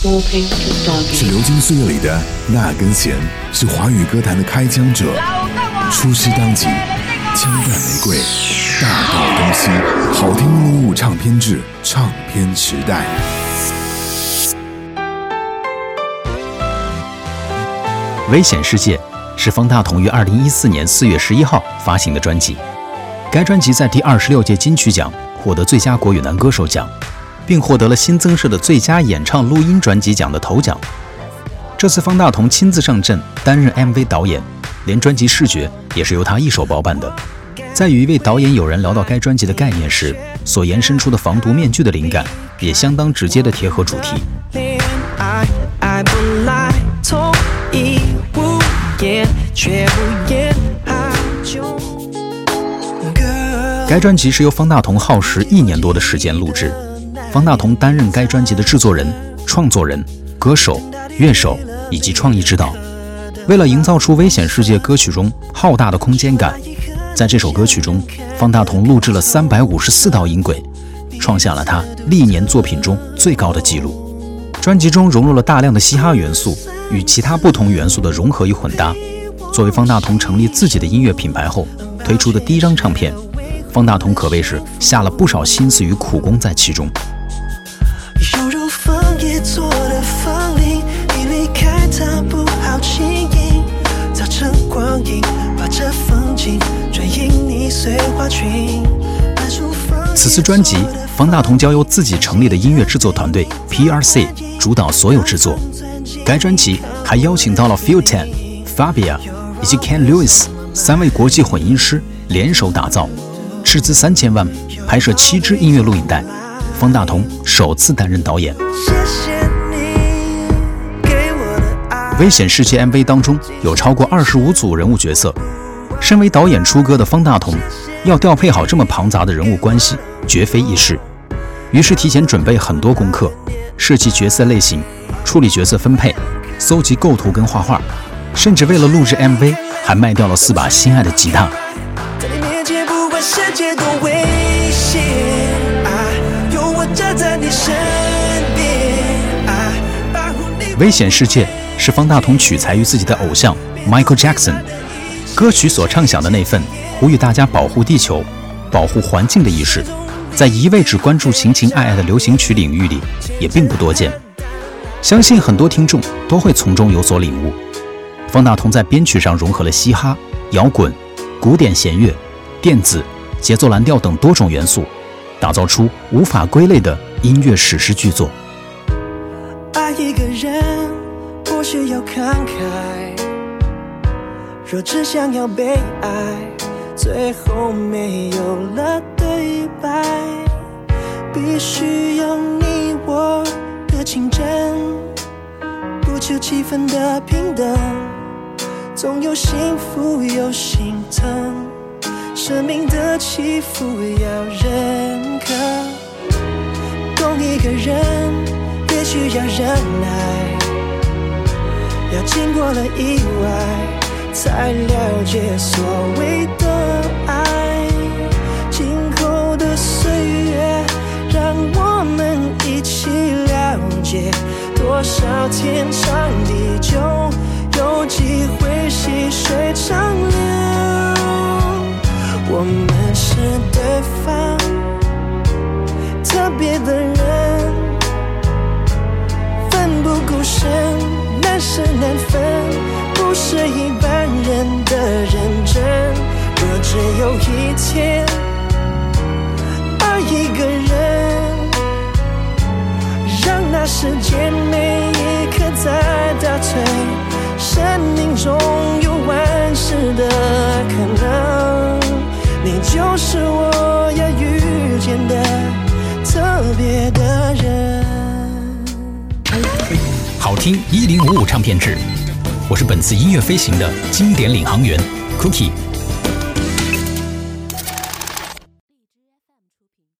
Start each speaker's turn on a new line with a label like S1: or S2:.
S1: 是流金岁月里的那根弦，是华语歌坛的开疆者。出师当即，枪弹玫瑰，大道东西，好听105唱片志，唱片时代。
S2: 危险世界是方大同于2014年4月11号发行的专辑。该专辑在第26届金曲奖获得最佳国语男歌手奖，并获得了新增设的最佳演唱录音专辑奖的头奖。这次方大同亲自上阵担任 MV 导演，连专辑视觉也是由他一手包办的。在与一位导演友人聊到该专辑的概念时，所延伸出的防毒面具的灵感也相当直接地贴合主题。该专辑是由方大同耗时1年多的时间录制，方大同担任该专辑的制作人、创作人、歌手、乐手以及创意指导。为了营造出危险世界歌曲中浩大的空间感，在这首歌曲中，方大同录制了354道音轨，创下了他历年作品中最高的纪录。专辑中融入了大量的嘻哈元素与其他不同元素的融合与混搭。作为方大同成立自己的音乐品牌后推出的第一张唱片，方大同可谓是下了不少心思与苦功在其中。
S3: 犹如风也做的风铃，一离开它不好轻易，造成光影，把这风景追引你随花裙。
S2: 此次专辑，方大同交由自己成立的音乐制作团队 PRC 主导所有制作。该专辑还邀请到了 Phil-Tan、Fabia 以及 Ken Lewis 3位国际混音师联手打造，斥资3000万拍摄7支音乐录影带。方大同首次担任导演。危险世界 MV 当中有超过25组人物角色，身为导演出歌的方大同要调配好这么庞杂的人物关系绝非易事，于是提前准备很多功课，设计角色类型，处理角色分配，搜集构图跟画画，甚至为了录制 MV 还卖掉了4把心爱的吉他。
S3: 在你面前不管世界多危险，有我站在你身边。
S2: 危险世界是方大同取材于自己的偶像 Michael Jackson， 歌曲所唱响的那份呼吁大家保护地球、保护环境的意识，在一味只关注情情爱爱的流行曲领域里也并不多见。相信很多听众都会从中有所领悟。方大同在编曲上融合了嘻哈、摇滚、古典弦乐、电子、节奏蓝调等多种元素，打造出无法归类的音乐史诗巨作。
S3: 爱一个人不需要慷慨，若只想要被爱，最后没有了对白，必须有你我的竞争，不求气氛的平等，总有幸福有心疼，生命的起伏要认可。懂一个人也需要忍耐，要经过了意外才了解所谓的爱。今后的岁月让我们一起了解，多少天长地久，有机会细水长流。我们是对方特别的人，奋不顾身，难舍难分，不是一般人的认真。若只有一天爱一个人，让那时间每一刻在倒退，生命中有万事的可能，你就是我要遇见的特别的人。
S2: 好听1055唱片志，我是本次音乐飞行的经典领航员 Cookie。